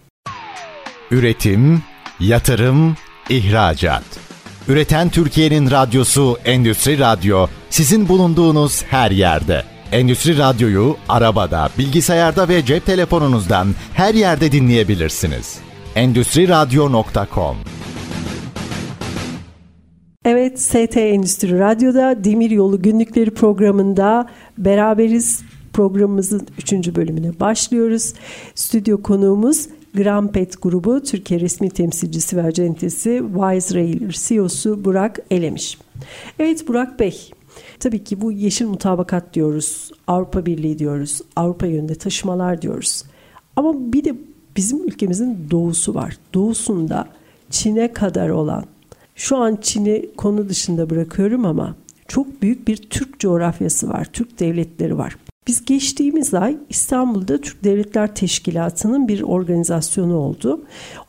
Üretim, yatırım, ihracat. Üreten Türkiye'nin radyosu Endüstri Radyo, sizin bulunduğunuz her yerde. Endüstri Radyo'yu arabada, bilgisayarda ve cep telefonunuzdan her yerde dinleyebilirsiniz. Endüstriradyo.com. Evet, ST Endüstri Radyo'da Demiryolu Günlükleri programında beraberiz. Programımızın 3. bölümüne başlıyoruz. Stüdyo konuğumuz Grampet Grubu Türkiye resmi temsilcisi ve acentesi Wise Rail CEO'su Burak Elemiş. Evet Burak Bey, tabii ki bu yeşil mutabakat diyoruz, Avrupa Birliği diyoruz, Avrupa yönünde taşımalar diyoruz. Ama bir de bizim ülkemizin doğusu var. Doğusunda Çin'e kadar olan, şu an Çin'i konu dışında bırakıyorum ama çok büyük bir Türk coğrafyası var, Türk devletleri var. Biz geçtiğimiz ay İstanbul'da Türk Devletler Teşkilatı'nın bir organizasyonu oldu.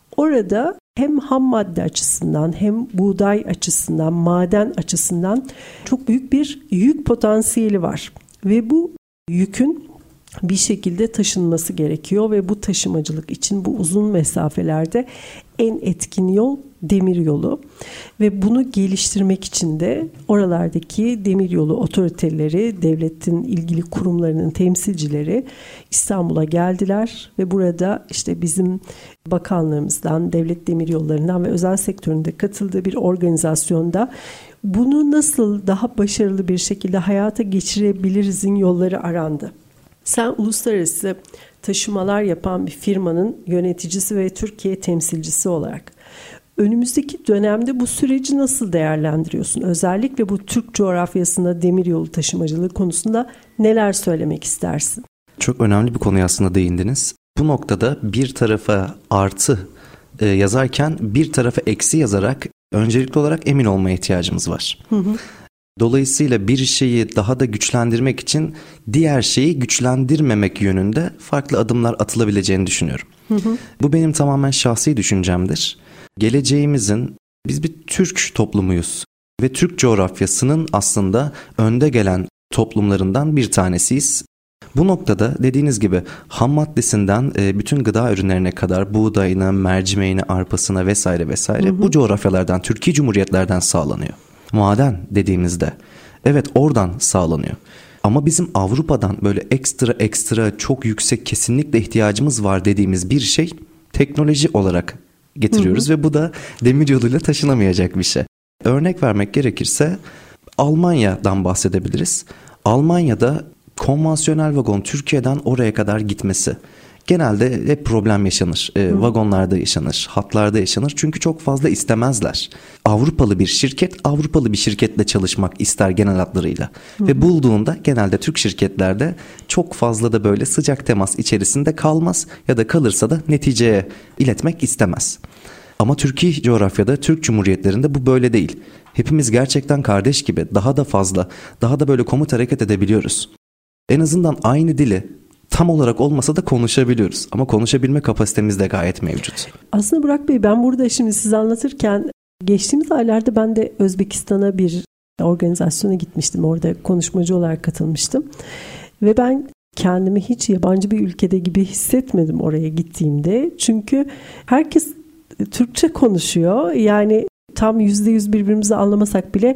Orada hem ham madde açısından hem buğday açısından, maden açısından çok büyük bir yük potansiyeli var. Ve bu yükün bir şekilde taşınması gerekiyor ve bu taşımacılık için bu uzun mesafelerde en etkin yol demiryolu ve bunu geliştirmek için de oralardaki demiryolu otoriteleri, devletin ilgili kurumlarının temsilcileri İstanbul'a geldiler ve burada işte bizim bakanlarımızdan, devlet demiryollarından ve özel sektöründe katıldığı bir organizasyonda bunu nasıl daha başarılı bir şekilde hayata geçirebilirizin yolları arandı. Sen uluslararası taşımalar yapan bir firmanın yöneticisi ve Türkiye temsilcisi olarak önümüzdeki dönemde bu süreci nasıl değerlendiriyorsun? Özellikle bu Türk coğrafyasında demiryolu taşımacılığı konusunda neler söylemek istersin? Çok önemli bir konuya aslında değindiniz. Bu noktada bir tarafa artı yazarken bir tarafa eksi yazarak öncelikli olarak emin olmaya ihtiyacımız var. Dolayısıyla bir şeyi daha da güçlendirmek için diğer şeyi güçlendirmemek yönünde farklı adımlar atılabileceğini düşünüyorum. Bu benim tamamen şahsi düşüncemdir. Geleceğimizin, biz bir Türk toplumuyuz ve Türk coğrafyasının aslında önde gelen toplumlarından bir tanesiyiz. Bu noktada dediğiniz gibi ham maddesinden bütün gıda ürünlerine kadar buğdayına, mercimeğine, arpasına vesaire vesaire bu coğrafyalardan, Türkiye Cumhuriyetlerden sağlanıyor. Maden dediğimizde evet oradan sağlanıyor. Ama bizim Avrupa'dan böyle ekstra çok yüksek kesinlikle ihtiyacımız var dediğimiz bir şey teknoloji olarak getiriyoruz ve bu da demir yoluyla taşınamayacak bir şey. Örnek vermek gerekirse Almanya'dan bahsedebiliriz. Almanya'da konvansiyonel vagon Türkiye'den oraya kadar gitmesi genelde hep problem yaşanır. Vagonlarda yaşanır, hatlarda yaşanır. Çünkü çok fazla istemezler. Avrupalı bir şirketle çalışmak ister genel hatlarıyla. Ve bulduğunda genelde Türk şirketlerde çok fazla da böyle sıcak temas içerisinde kalmaz ya da kalırsa da neticeye iletmek istemez. Ama Türkiye coğrafyada, Türk Cumhuriyetlerinde bu böyle değil. Hepimiz gerçekten kardeş gibi daha da fazla, daha da böyle komut hareket edebiliyoruz. En azından aynı dili tam olarak olmasa da konuşabiliyoruz. Ama konuşabilme kapasitemiz de gayet mevcut. Aslında Burak Bey, ben burada şimdi size anlatırken geçtiğimiz aylarda ben de Özbekistan'a bir organizasyona gitmiştim. Orada konuşmacı olarak katılmıştım. Ve ben kendimi hiç yabancı bir ülkede gibi hissetmedim oraya gittiğimde. Çünkü herkes Türkçe konuşuyor. Yani tam %100 birbirimizi anlamasak bile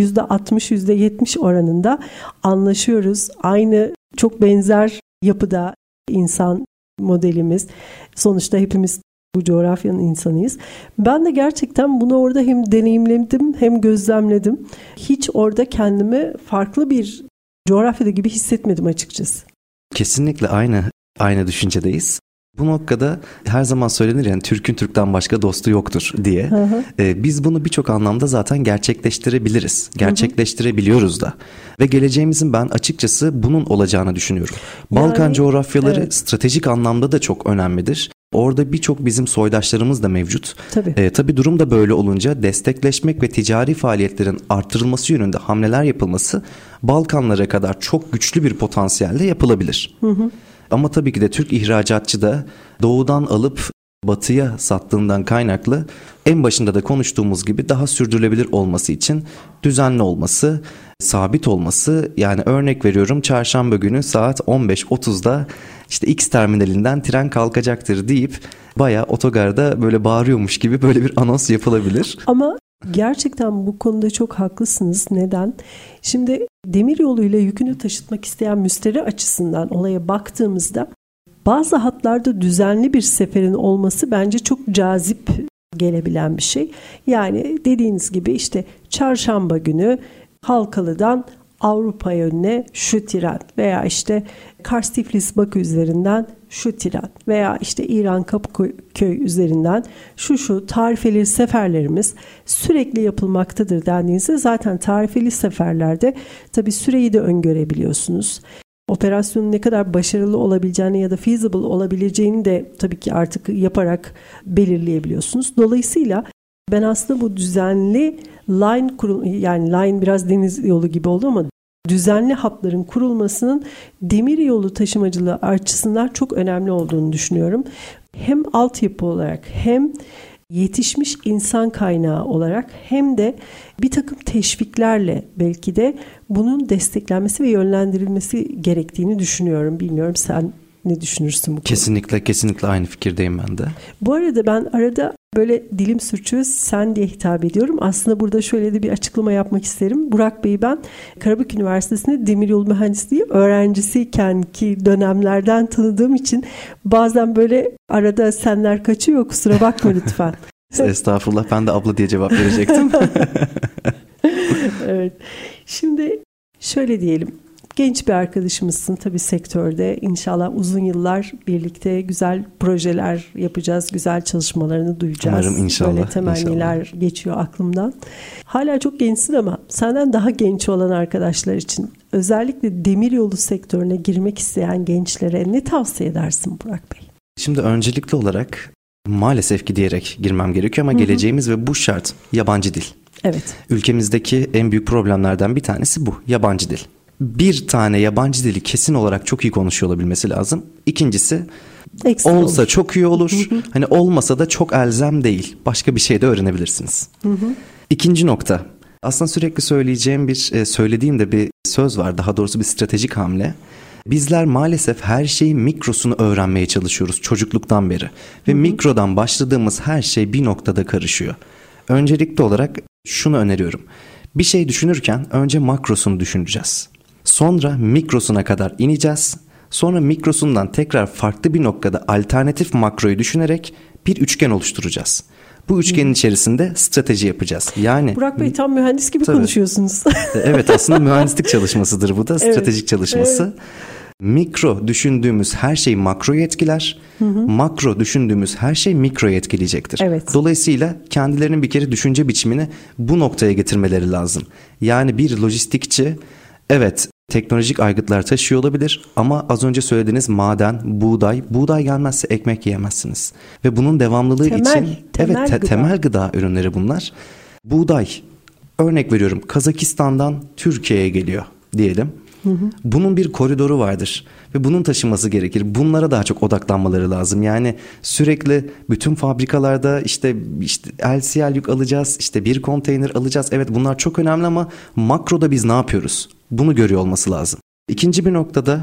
%60, %70 oranında anlaşıyoruz. Aynı çok benzer yapıda insan modelimiz. Sonuçta hepimiz bu coğrafyanın insanıyız. Ben de gerçekten bunu orada hem deneyimledim hem gözlemledim. Hiç orada kendimi farklı bir coğrafyada gibi hissetmedim açıkçası. Kesinlikle aynı düşüncedeyiz. Bu noktada her zaman söylenir yani Türk'ün Türk'ten başka dostu yoktur diye. Biz bunu birçok anlamda zaten gerçekleştirebiliriz. Gerçekleştirebiliyoruz da. Ve geleceğimizin ben açıkçası bunun olacağını düşünüyorum. Balkan coğrafyaları stratejik anlamda da çok önemlidir. Orada birçok bizim soydaşlarımız da mevcut. Tabii durum da böyle olunca destekleşmek ve ticari faaliyetlerin artırılması yönünde hamleler yapılması Balkanlara kadar çok güçlü bir potansiyelle yapılabilir. Ama tabii ki de Türk ihracatçı da doğudan alıp batıya sattığından kaynaklı en başında da konuştuğumuz gibi daha sürdürülebilir olması için düzenli olması, sabit olması, yani örnek veriyorum çarşamba günü saat 15.30'da işte X terminalinden tren kalkacaktır deyip bayağı otogarda böyle bağırıyormuş gibi böyle bir anons yapılabilir. Ama gerçekten bu konuda çok haklısınız. Neden? Şimdi demir yoluyla yükünü taşıtmak isteyen müşteri açısından olaya baktığımızda bazı hatlarda düzenli bir seferin olması bence çok cazip gelebilen bir şey. Yani dediğiniz gibi işte çarşamba günü Halkalı'dan Avrupa yönüne şu tren veya işte Kars Tiflis Bakü üzerinden şu tren veya işte İran Kapıköy üzerinden şu tarifeli seferlerimiz sürekli yapılmaktadır dendiğinizde zaten tarifeli seferlerde tabii süreyi de öngörebiliyorsunuz. Operasyonun ne kadar başarılı olabileceğini ya da feasible olabileceğini de tabii ki artık yaparak belirleyebiliyorsunuz. Dolayısıyla ben aslında bu düzenli yani line biraz deniz yolu gibi oldu ama düzenli hatların kurulmasının demir yolu taşımacılığı açısından çok önemli olduğunu düşünüyorum. Hem altyapı olarak hem yetişmiş insan kaynağı olarak hem de bir takım teşviklerle belki de bunun desteklenmesi ve yönlendirilmesi gerektiğini düşünüyorum. Bilmiyorum, sen ne düşünürsün bu konuda? Kesinlikle aynı fikirdeyim ben de. Bu arada ben arada böyle dilim sürçüyor, sen diye hitap ediyorum. Aslında burada şöyle de bir açıklama yapmak isterim. Burak Bey'i ben Karabük Üniversitesi'nde demiryolu mühendisliği öğrencisiyken ki dönemlerden tanıdığım için bazen böyle arada senler kaçıyor, kusura bakma lütfen. Estağfurullah, ben de abla diye cevap verecektim. Evet. Şimdi şöyle diyelim. Genç bir arkadaşımızsın tabii sektörde. İnşallah uzun yıllar birlikte güzel projeler yapacağız. Güzel çalışmalarını duyacağız. Umarım, inşallah. Böyle temenniler geçiyor aklımdan. Hala çok gençsin ama senden daha genç olan arkadaşlar için özellikle demiryolu sektörüne girmek isteyen gençlere ne tavsiye edersin Burak Bey? Şimdi öncelikli olarak maalesef ki diyerek girmem gerekiyor ama geleceğimiz ve bu şart yabancı dil. Evet. Ülkemizdeki en büyük problemlerden bir tanesi bu, yabancı dil. Bir tane yabancı dili kesin olarak çok iyi konuşuyor olabilmesi lazım. İkincisi ekstra olsa olur. Çok iyi olur. Hani olmasa da çok elzem değil. Başka bir şey de öğrenebilirsiniz. İkinci nokta. Aslında sürekli söylediğim de bir söz var. Daha doğrusu bir stratejik hamle. Bizler maalesef her şeyin mikrosunu öğrenmeye çalışıyoruz çocukluktan beri. Ve mikrodan başladığımız her şey bir noktada karışıyor. Öncelikli olarak şunu öneriyorum. Bir şey düşünürken önce makrosunu düşüneceğiz. Sonra mikrosuna kadar ineceğiz. Sonra mikrosundan tekrar farklı bir noktada alternatif makroyu düşünerek bir üçgen oluşturacağız. Bu üçgenin içerisinde strateji yapacağız. Yani Burak Bey tam mühendis gibi konuşuyorsunuz. Evet, aslında mühendislik çalışmasıdır bu da, stratejik çalışması. Evet. Mikro düşündüğümüz her şey makroyu etkiler. Makro düşündüğümüz her şey mikroyu etkileyecektir. Evet. Dolayısıyla kendilerinin bir kere düşünce biçimini bu noktaya getirmeleri lazım. Yani bir lojistikçi evet teknolojik aygıtlar taşıyor olabilir ama az önce söylediğiniz maden, buğday gelmezse ekmek yiyemezsiniz. Ve bunun devamlılığı için temel gıda ürünleri bunlar. Buğday, örnek veriyorum, Kazakistan'dan Türkiye'ye geliyor diyelim. Bunun bir koridoru vardır ve bunun taşınması gerekir. Bunlara daha çok odaklanmaları lazım. Yani sürekli bütün fabrikalarda işte LCL yük alacağız, işte bir konteyner alacağız. Evet, bunlar çok önemli ama makroda biz ne yapıyoruz? Bunu görüyor olması lazım. İkinci bir noktada,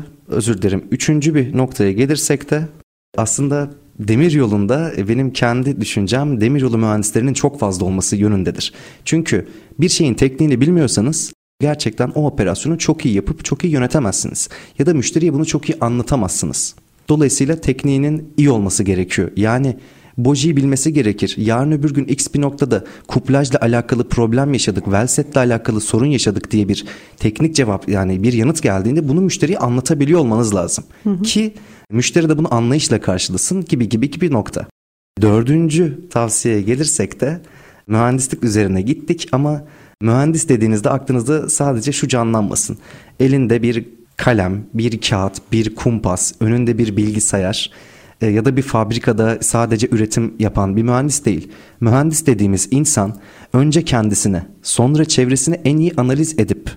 üçüncü bir noktaya gelirsek de aslında demir yolunda benim kendi düşüncem demiryolu mühendislerinin çok fazla olması yönündedir. Çünkü bir şeyin tekniğini bilmiyorsanız gerçekten o operasyonu çok iyi yapıp çok iyi yönetemezsiniz. Ya da müşteriye bunu çok iyi anlatamazsınız. Dolayısıyla tekniğinin iyi olması gerekiyor. Yani bojiyi bilmesi gerekir. Yarın öbür gün X bir noktada kuplajla alakalı problem yaşadık, wellsetle alakalı sorun yaşadık diye bir teknik cevap, yani bir yanıt geldiğinde bunu müşteriye anlatabiliyor olmanız lazım. Ki müşteri de bunu anlayışla karşılasın gibi nokta. Dördüncü tavsiyeye gelirsek de mühendislik üzerine gittik ama mühendis dediğinizde aklınızda sadece şu canlanmasın. Elinde bir kalem, bir kağıt, bir kumpas, önünde bir bilgisayar ya da bir fabrikada sadece üretim yapan bir mühendis değil. Mühendis dediğimiz insan önce kendisine, sonra çevresini en iyi analiz edip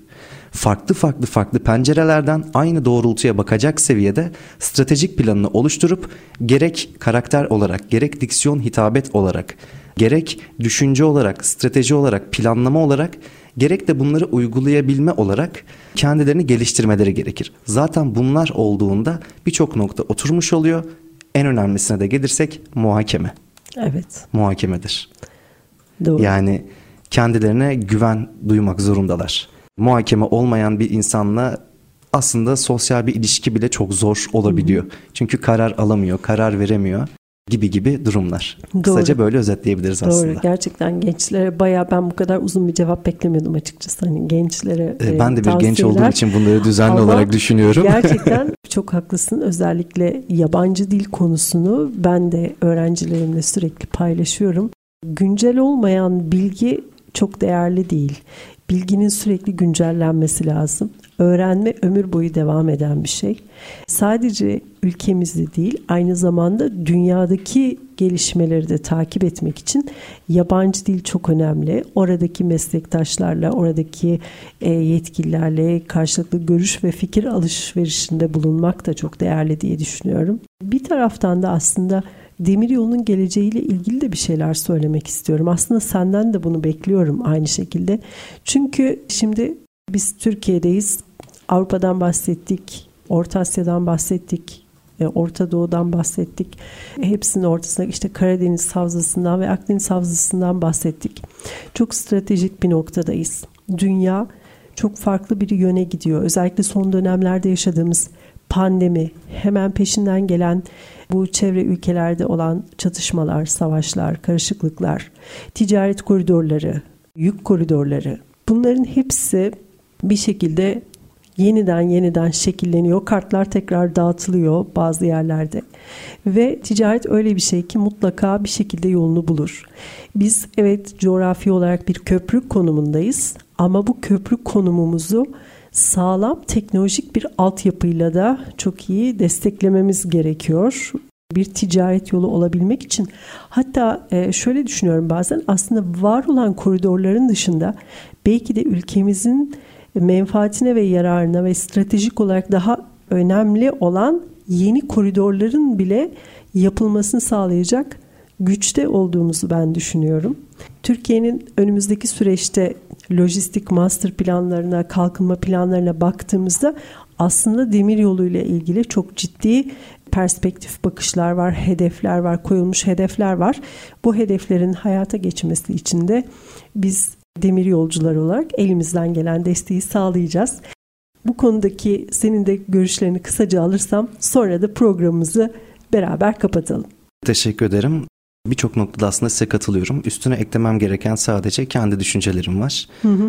farklı pencerelerden aynı doğrultuya bakacak seviyede stratejik planını oluşturup gerek karakter olarak, gerek diksiyon hitabet olarak, gerek düşünce olarak, strateji olarak, planlama olarak, gerek de bunları uygulayabilme olarak kendilerini geliştirmeleri gerekir. Zaten bunlar olduğunda birçok nokta oturmuş oluyor. En önemlisine de gelirsek muhakeme. Evet. Muhakemedir. Doğru. Yani kendilerine güven duymak zorundalar. Muhakeme olmayan bir insanla aslında sosyal bir ilişki bile çok zor olabiliyor. Çünkü karar alamıyor, karar veremiyor gibi durumlar. Doğru. Kısaca böyle özetleyebiliriz aslında. Doğru. Gerçekten gençlere ben bu kadar uzun bir cevap beklemiyordum açıkçası. Hani gençlere ben de bir genç olduğum için bunları düzenli olarak düşünüyorum. Gerçekten çok haklısın. Özellikle yabancı dil konusunu ben de öğrencilerimle sürekli paylaşıyorum. Güncel olmayan bilgi çok değerli değil. Bilginin sürekli güncellenmesi lazım. Öğrenme ömür boyu devam eden bir şey. Sadece ülkemizde değil, aynı zamanda dünyadaki gelişmeleri de takip etmek için yabancı dil çok önemli. Oradaki meslektaşlarla, oradaki yetkililerle karşılıklı görüş ve fikir alışverişinde bulunmak da çok değerli diye düşünüyorum. Bir taraftan da aslında demiryolunun geleceğiyle ilgili de bir şeyler söylemek istiyorum. Aslında senden de bunu bekliyorum aynı şekilde. Çünkü şimdi biz Türkiye'deyiz. Avrupa'dan bahsettik, Orta Asya'dan bahsettik, Orta Doğu'dan bahsettik. Hepsinin ortasında işte Karadeniz Havzası'ndan ve Akdeniz Havzası'ndan bahsettik. Çok stratejik bir noktadayız. Dünya çok farklı bir yöne gidiyor. Özellikle son dönemlerde yaşadığımız pandemi, hemen peşinden gelen bu çevre ülkelerde olan çatışmalar, savaşlar, karışıklıklar, ticaret koridorları, yük koridorları, bunların hepsi bir şekilde yeniden şekilleniyor. Kartlar tekrar dağıtılıyor bazı yerlerde. Ve ticaret öyle bir şey ki mutlaka bir şekilde yolunu bulur. Biz evet coğrafi olarak bir köprü konumundayız ama bu köprü konumumuzu sağlam teknolojik bir altyapıyla da çok iyi desteklememiz gerekiyor. Bir ticaret yolu olabilmek için. Hatta şöyle düşünüyorum bazen, aslında var olan koridorların dışında belki de ülkemizin menfaatine ve yararına ve stratejik olarak daha önemli olan yeni koridorların bile yapılmasını sağlayacak güçte olduğumuzu ben düşünüyorum. Türkiye'nin önümüzdeki süreçte lojistik master planlarına, kalkınma planlarına baktığımızda aslında demiryolu ile ilgili çok ciddi perspektif bakışlar var, hedefler var, koyulmuş hedefler var. Bu hedeflerin hayata geçmesi için de biz demiryolcular olarak elimizden gelen desteği sağlayacağız. Bu konudaki senin de görüşlerini kısaca alırsam sonra da programımızı beraber kapatalım. Teşekkür ederim. Birçok noktada aslında size katılıyorum. Üstüne eklemem gereken sadece kendi düşüncelerim var.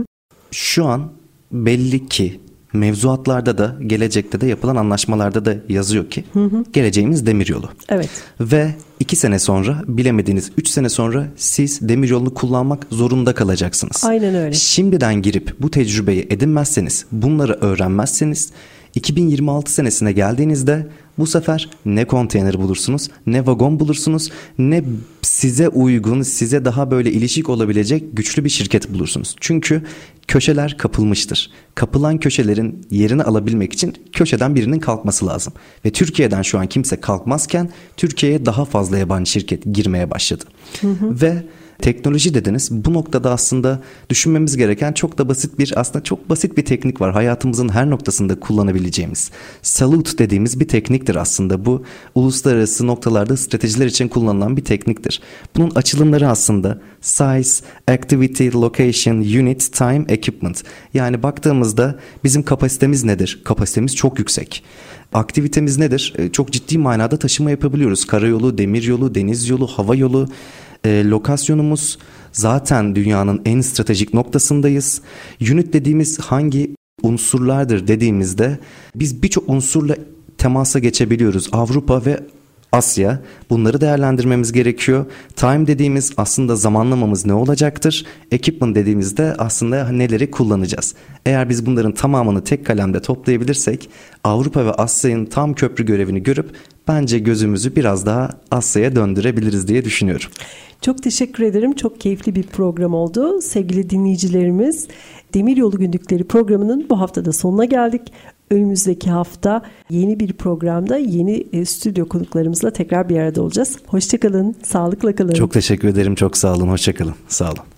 Şu an belli ki mevzuatlarda da gelecekte de yapılan anlaşmalarda da yazıyor ki geleceğimiz demiryolu. Evet. Ve 2 sene sonra, bilemediğiniz 3 sene sonra siz demiryolunu kullanmak zorunda kalacaksınız. Aynen öyle. Şimdiden girip bu tecrübeyi edinmezseniz, bunları öğrenmezseniz 2026 senesine geldiğinizde bu sefer ne konteyner bulursunuz, ne vagon bulursunuz, ne size uygun, size daha böyle ilişik olabilecek güçlü bir şirket bulursunuz. Çünkü köşeler kapılmıştır. Kapılan köşelerin yerini alabilmek için köşeden birinin kalkması lazım. Ve Türkiye'den şu an kimse kalkmazken Türkiye'ye daha fazla yabancı şirket girmeye başladı. Ve teknoloji dediniz. Bu noktada aslında düşünmemiz gereken çok da basit bir teknik var. Hayatımızın her noktasında kullanabileceğimiz. Salute dediğimiz bir tekniktir aslında. Bu uluslararası noktalarda stratejiler için kullanılan bir tekniktir. Bunun açılımları aslında size, activity, location, unit, time, equipment. Yani baktığımızda bizim kapasitemiz nedir? Kapasitemiz çok yüksek. Aktivitemiz nedir? Çok ciddi manada taşıma yapabiliyoruz. Karayolu, demiryolu, deniz yolu, hava yolu. Lokasyonumuz zaten dünyanın en stratejik noktasındayız. Unit dediğimiz hangi unsurlardır dediğimizde biz birçok unsurla temasa geçebiliyoruz. Avrupa ve Asya, bunları değerlendirmemiz gerekiyor. Time dediğimiz aslında zamanlamamız ne olacaktır? Equipment dediğimizde aslında neleri kullanacağız? Eğer biz bunların tamamını tek kalemde toplayabilirsek Avrupa ve Asya'nın tam köprü görevini görüp bence gözümüzü biraz daha Asya'ya döndürebiliriz diye düşünüyorum. Çok teşekkür ederim. Çok keyifli bir program oldu. Sevgili dinleyicilerimiz, Demiryolu Günlükleri programının bu haftada sonuna geldik. Önümüzdeki hafta yeni bir programda yeni stüdyo konuklarımızla tekrar bir arada olacağız. Hoşçakalın, sağlıkla kalın. Çok teşekkür ederim, çok sağ olun, hoşçakalın, sağ olun.